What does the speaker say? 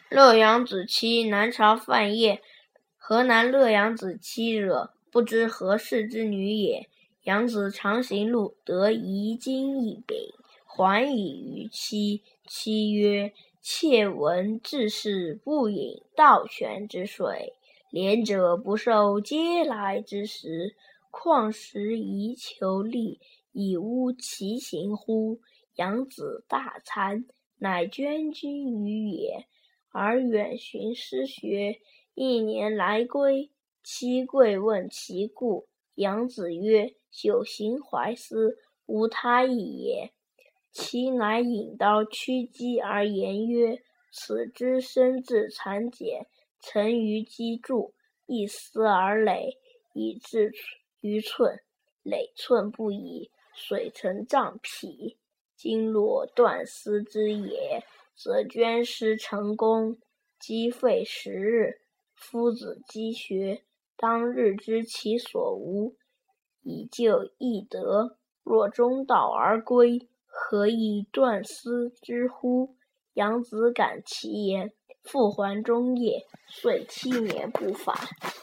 乐阳子期，南朝范晔。河南乐阳子期者，不知何氏之女也。阳子常行路，得遗经一柄，还以于妻。妻曰：妾闻志士不饮道泉之水，廉者不受嗟来之食，况时宜求利，以污其行乎？阳子大惭，乃捐君于也，而远寻师学。1年来归，妻贵问其故。阳子曰：久行怀思，无他意也。妻乃引刀驱鸡而言曰：此之身至蚕茧，成于鸡柱，一丝而累，以至于寸，累寸不已，水成丈匹。今若断丝之也，则捐师成功，鸡废10日，夫子鸡学，当日知其所无，以就易得。若中道而归，何以断丝之乎？阳子感其言，复还中业，遂7年不返。